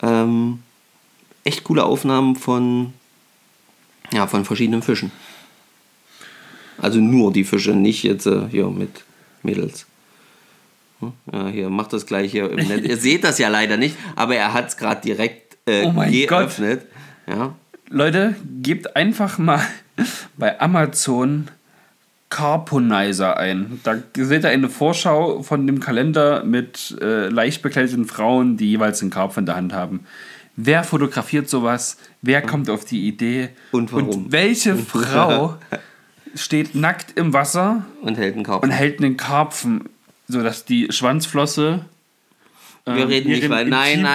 Echt coole Aufnahmen von verschiedenen Fischen. Also nur die Fische, nicht jetzt hier mit Mädels. Ja, hier, macht das gleich hier im Netz. Ihr seht das ja leider nicht, aber er hat es gerade direkt geöffnet. Ja. Leute, gebt einfach mal bei Amazon Carponizer ein. Da seht ihr eine Vorschau von dem Kalender mit leicht bekleideten Frauen, die jeweils einen Karpfen in der Hand haben. Wer fotografiert sowas? Wer kommt auf die Idee? Und warum? Und welche Frau steht nackt im Wasser und hält einen Karpfen, sodass die Schwanzflosse. Wir reden nicht weiter. Nein.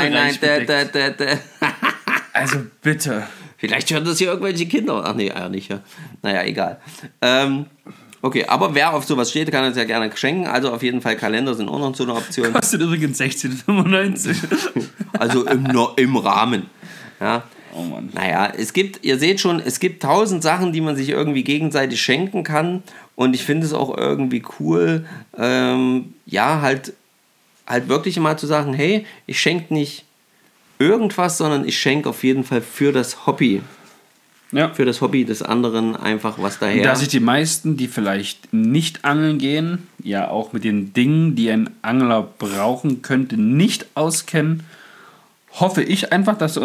Also bitte. Vielleicht hören das hier irgendwelche Kinder. Ach nee, nicht. Ja. Naja, egal. Okay, aber wer auf sowas steht, kann uns ja gerne schenken. Also auf jeden Fall Kalender sind auch noch so eine Option. Kostet übrigens 16,95. Also im Rahmen. Ja. Oh Mann. Naja, ihr seht schon, es gibt 1000 Sachen, die man sich irgendwie gegenseitig schenken kann. Und ich finde es auch irgendwie cool, halt wirklich mal zu sagen, hey, ich schenke nicht irgendwas, sondern ich schenke auf jeden Fall für das Hobby. Ja. Für das Hobby des anderen einfach was daher. Und da sich die meisten, die vielleicht nicht angeln gehen, ja auch mit den Dingen, die ein Angler brauchen könnte, nicht auskennen, hoffe ich einfach, dass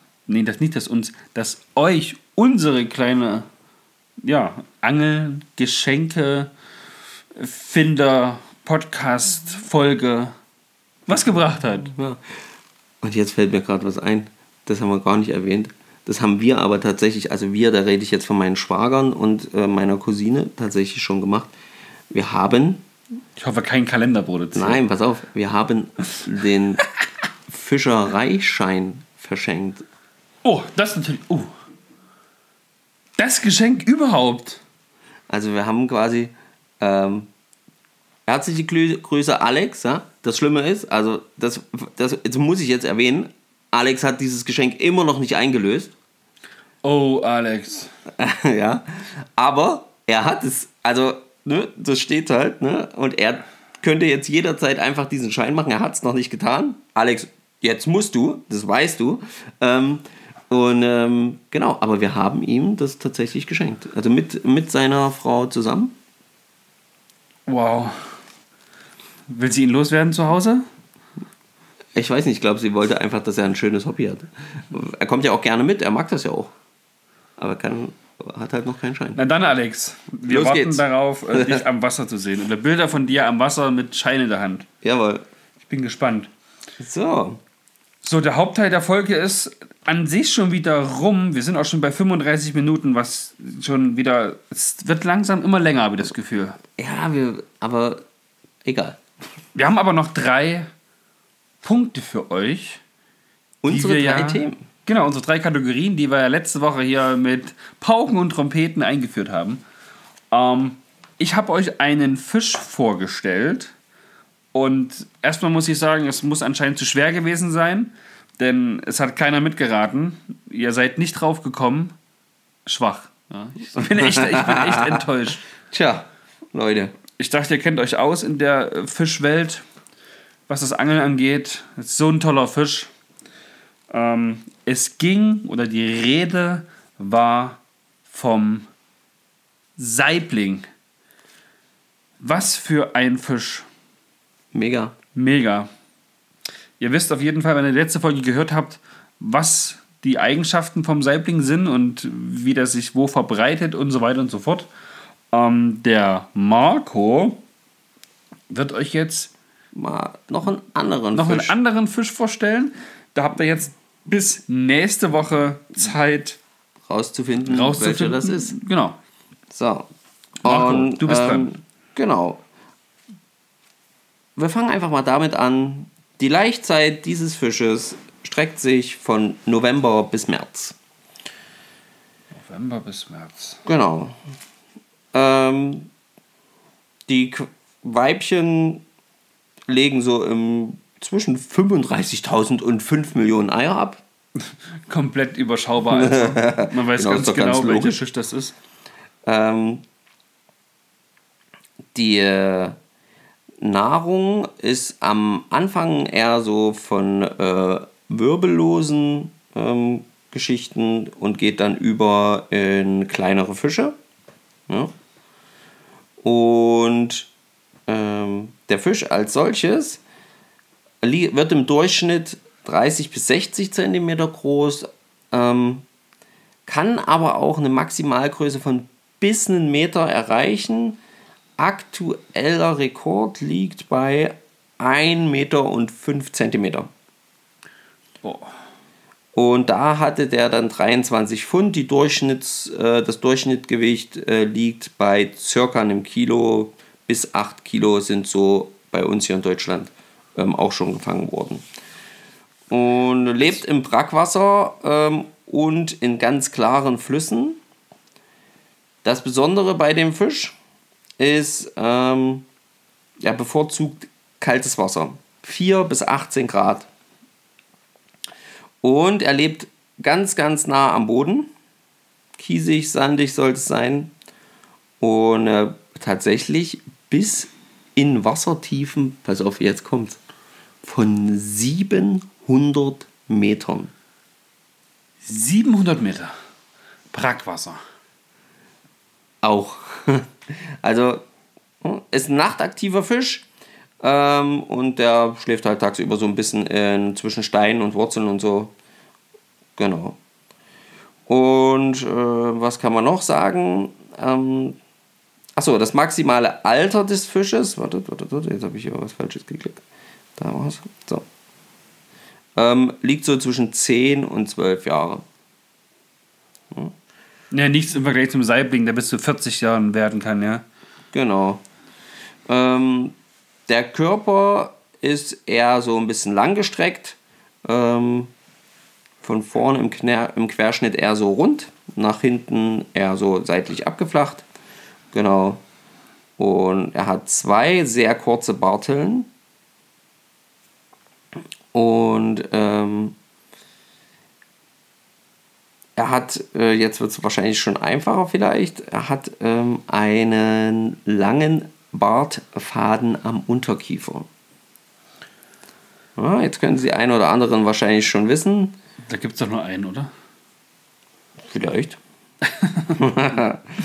euch unsere kleine Angelgeschenke Finder Podcast Folge was gebracht hat. Ja. Und jetzt fällt mir gerade was ein, das haben wir gar nicht erwähnt. Das haben wir aber tatsächlich, also da rede ich jetzt von meinen Schwagern und meiner Cousine, tatsächlich schon gemacht. Wir haben... Ich hoffe, kein Kalender produziert. Nein, pass auf, wir haben den Fischereischein verschenkt. Oh, das natürlich... das Geschenk überhaupt. Also wir haben quasi... herzliche Grüße, Alex. Ja? Das Schlimme ist, also das muss ich jetzt erwähnen, Alex hat dieses Geschenk immer noch nicht eingelöst. Oh, Alex. Ja, aber er hat es, also, ne, das steht halt, ne, und er könnte jetzt jederzeit einfach diesen Schein machen. Er hat es noch nicht getan. Alex, jetzt musst du, das weißt du. Genau, aber wir haben ihm das tatsächlich geschenkt. Also mit seiner Frau zusammen. Wow. Will sie ihn loswerden zu Hause? Ich weiß nicht, ich glaube, sie wollte einfach, dass er ein schönes Hobby hat. Er kommt ja auch gerne mit, er mag das ja auch. Aber hat halt noch keinen Schein. Na dann, Alex, wir warten darauf, dich am Wasser zu sehen. Oder Bilder von dir am Wasser mit Schein in der Hand. Jawohl. Ich bin gespannt. So, der Hauptteil der Folge ist an sich schon wieder rum. Wir sind auch schon bei 35 Minuten, was schon wieder... Es wird langsam immer länger, habe ich das Gefühl. Ja, aber egal. Wir haben aber noch 3 Punkte für euch. Unsere 3 Themen. Genau, unsere 3 Kategorien, die wir ja letzte Woche hier mit Pauken und Trompeten eingeführt haben. Ich habe euch einen Fisch vorgestellt. Und erstmal muss ich sagen, es muss anscheinend zu schwer gewesen sein. Denn es hat keiner mitgeraten. Ihr seid nicht drauf gekommen. Schwach. Ja, ich bin echt enttäuscht. Tja, Leute. Ich dachte, ihr kennt euch aus in der Fischwelt, was das Angeln angeht. Das ist so ein toller Fisch. Die Rede war vom Saibling. Was für ein Fisch. Mega. Ihr wisst auf jeden Fall, wenn ihr die letzte Folge gehört habt, was die Eigenschaften vom Saibling sind und wie der sich wo verbreitet und so weiter und so fort. Der Marco wird euch jetzt mal noch einen anderen Fisch vorstellen. Da habt ihr jetzt bis nächste Woche Zeit rauszufinden, welcher das ist. Genau. So. Marco, du bist dran. Genau. Wir fangen einfach mal damit an. Die Laichzeit dieses Fisches streckt sich von November bis März. November bis März. Genau. Die Weibchen legen so zwischen 35.000 und 5 Millionen Eier ab. Komplett überschaubar. Also. Man weiß ganz genau, welcher Fisch das ist. Die Nahrung ist am Anfang eher so von wirbellosen Geschichten und geht dann über in kleinere Fische. Ja. Und der Fisch als solches wird im Durchschnitt 30 bis 60 Zentimeter groß, kann aber auch eine Maximalgröße von bis einen Meter erreichen. Aktueller Rekord liegt bei 1,05 Meter und 5 Zentimeter. Boah. Und da hatte der dann 23 Pfund. Das Durchschnittsgewicht liegt bei circa einem Kilo bis 8 Kilo sind so bei uns hier in Deutschland auch schon gefangen worden. Und lebt im Brackwasser und in ganz klaren Flüssen. Das Besondere bei dem Fisch ist, er bevorzugt kaltes Wasser. 4 bis 18 Grad. Und er lebt ganz, ganz nah am Boden. Kiesig, sandig sollte es sein. Und tatsächlich bis in Wassertiefen, pass auf, jetzt kommt's, von 700 Metern. 700 Meter. Brackwasser. Auch. Also ist ein nachtaktiver Fisch und der schläft halt tagsüber so ein bisschen zwischen Steinen und Wurzeln und so. Genau. Und was kann man noch sagen? Achso, das maximale Alter des Fisches. Warte, jetzt habe ich hier was Falsches geklickt. Da war's. So. Liegt so zwischen 10 und 12 Jahre. Ja. Ja, nichts im Vergleich zum Saibling, der bis zu 40 Jahren werden kann, ja. Genau. Der Körper ist eher so ein bisschen langgestreckt. Von vorne im Querschnitt eher so rund, nach hinten eher so seitlich abgeflacht. Genau. Und er hat 2 sehr kurze Barteln. Und er hat, jetzt wird es wahrscheinlich schon einfacher vielleicht, er hat einen langen Bartfaden am Unterkiefer. Ja, jetzt können Sie einen oder anderen wahrscheinlich schon wissen. Da gibt es doch nur einen, oder? Vielleicht.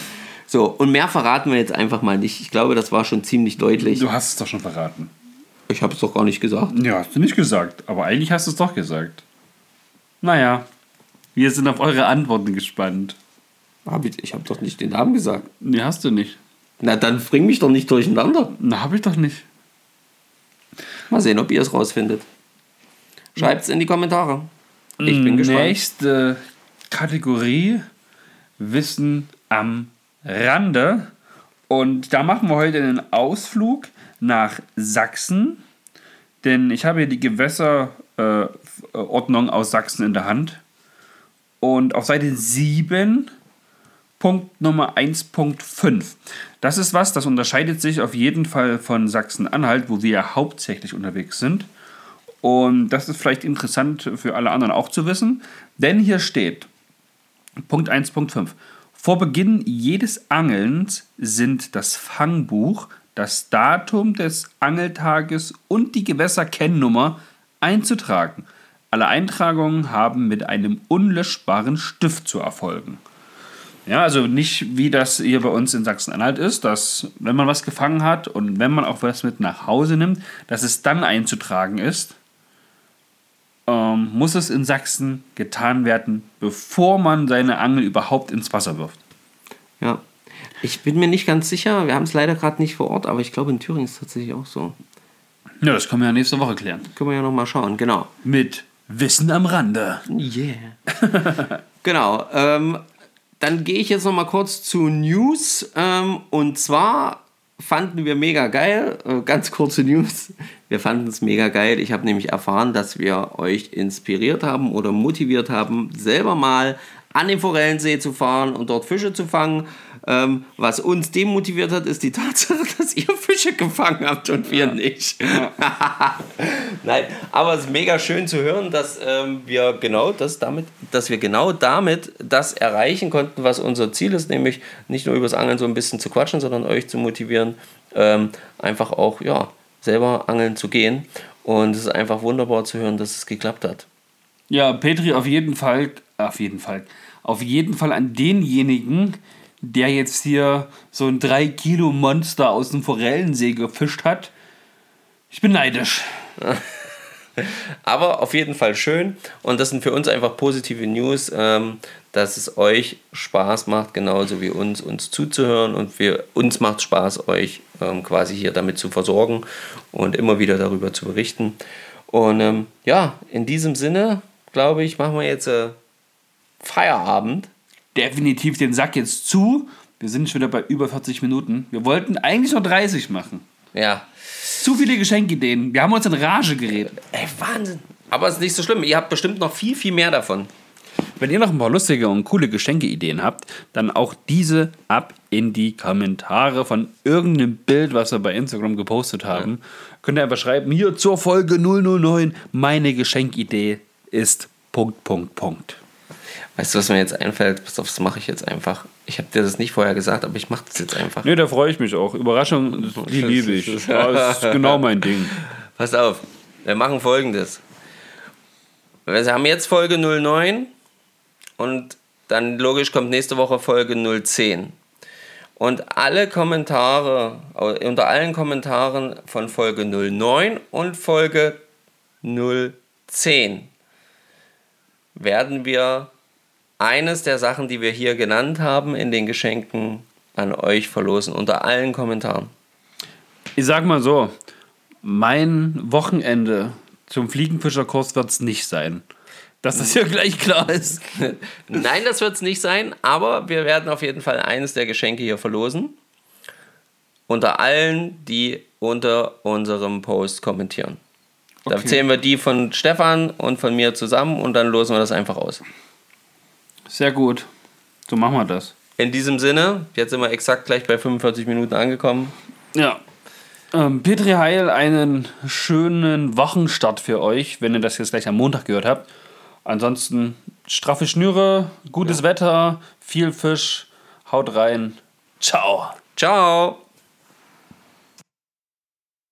So, und mehr verraten wir jetzt einfach mal nicht. Ich glaube, das war schon ziemlich deutlich. Du hast es doch schon verraten. Ich habe es doch gar nicht gesagt. Ja, hast du nicht gesagt. Aber eigentlich hast du es doch gesagt. Naja, wir sind auf eure Antworten gespannt. Ich habe doch nicht den Namen gesagt. Nee, hast du nicht. Na, dann bring mich doch nicht durcheinander. Na, hab ich doch nicht. Mal sehen, ob ihr es rausfindet. Schreibt es in die Kommentare. Ich bin gespannt. Nächste Kategorie: Wissen am Rande. Und da machen wir heute einen Ausflug nach Sachsen. Denn ich habe hier die Gewässerordnung aus Sachsen in der Hand. Und auf Seite 7, Punkt Nummer 1.5. Das ist was, das unterscheidet sich auf jeden Fall von Sachsen-Anhalt, wo wir ja hauptsächlich unterwegs sind. Und das ist vielleicht interessant für alle anderen auch zu wissen. Denn hier steht, Punkt 1.5. Vor Beginn jedes Angelns sind das Fangbuch, das Datum des Angeltages und die Gewässerkennnummer einzutragen. Alle Eintragungen haben mit einem unlöschbaren Stift zu erfolgen. Ja, also nicht wie das hier bei uns in Sachsen-Anhalt ist, dass wenn man was gefangen hat und wenn man auch was mit nach Hause nimmt, dass es dann einzutragen ist, muss es in Sachsen getan werden, bevor man seine Angel überhaupt ins Wasser wirft. Ja, ich bin mir nicht ganz sicher, wir haben es leider gerade nicht vor Ort, aber ich glaube in Thüringen ist es tatsächlich auch so. Ja, das können wir ja nächste Woche klären. Können wir ja nochmal schauen, genau. Mit Wissen am Rande. Yeah. Genau, dann gehe ich jetzt nochmal kurz zu News. Und zwar fanden wir mega geil, ganz kurze News. Wir fanden es mega geil. Ich habe nämlich erfahren, dass wir euch inspiriert haben oder motiviert haben, selber mal an den Forellensee zu fahren und dort Fische zu fangen. Was uns demotiviert hat, ist die Tatsache, dass ihr Fische gefangen habt und wir nicht. Ja. Nein, aber es ist mega schön zu hören, dass wir genau damit das erreichen konnten, was unser Ziel ist, nämlich nicht nur übers Angeln so ein bisschen zu quatschen, sondern euch zu motivieren, einfach auch selber angeln zu gehen. Und es ist einfach wunderbar zu hören, dass es geklappt hat. Ja, Petri, auf jeden Fall an denjenigen, der jetzt hier so ein 3-Kilo-Monster aus dem Forellensee gefischt hat. Ich bin neidisch. Aber auf jeden Fall schön. Und das sind für uns einfach positive News, dass es euch Spaß macht, genauso wie uns zuzuhören. Und uns macht Spaß, euch quasi hier damit zu versorgen und immer wieder darüber zu berichten. Und in diesem Sinne, glaube ich, machen wir jetzt Feierabend. Definitiv den Sack jetzt zu. Wir sind schon wieder bei über 40 Minuten. Wir wollten eigentlich noch 30 machen. Ja. Zu viele Geschenkideen. Wir haben uns in Rage geredet. Ey, Wahnsinn. Aber es ist nicht so schlimm. Ihr habt bestimmt noch viel, viel mehr davon. Wenn ihr noch ein paar lustige und coole Geschenkeideen habt, dann auch diese ab in die Kommentare von irgendeinem Bild, was wir bei Instagram gepostet haben. Ja. Könnt ihr einfach schreiben, hier zur Folge 009, meine Geschenkidee ist ... Weißt du, was mir jetzt einfällt? Pass auf, das mache ich jetzt einfach. Ich habe dir das nicht vorher gesagt, aber ich mache das jetzt einfach. Nee, da freue ich mich auch. Überraschung, die liebe ich. Das ist genau mein Ding. Pass auf, wir machen Folgendes. Wir haben jetzt Folge 09 und dann logisch kommt nächste Woche Folge 010. Und alle Kommentare, unter allen Kommentaren von Folge 09 und Folge 010 werden wir eines der Sachen, die wir hier genannt haben, in den Geschenken an euch verlosen, unter allen Kommentaren. Ich sag mal so, mein Wochenende zum Fliegenfischerkurs wird es nicht sein. Dass das hier gleich klar ist. Nein, das wird es nicht sein, aber wir werden auf jeden Fall eines der Geschenke hier verlosen. Unter allen, die unter unserem Post kommentieren. Okay. Da zählen wir die von Stefan und von mir zusammen und dann losen wir das einfach aus. Sehr gut. So machen wir das. In diesem Sinne, jetzt sind wir exakt gleich bei 45 Minuten angekommen. Ja. Petri Heil, einen schönen Wochenstart für euch, wenn ihr das jetzt gleich am Montag gehört habt. Ansonsten straffe Schnüre, gutes Wetter, viel Fisch, haut rein. Ciao. Ciao.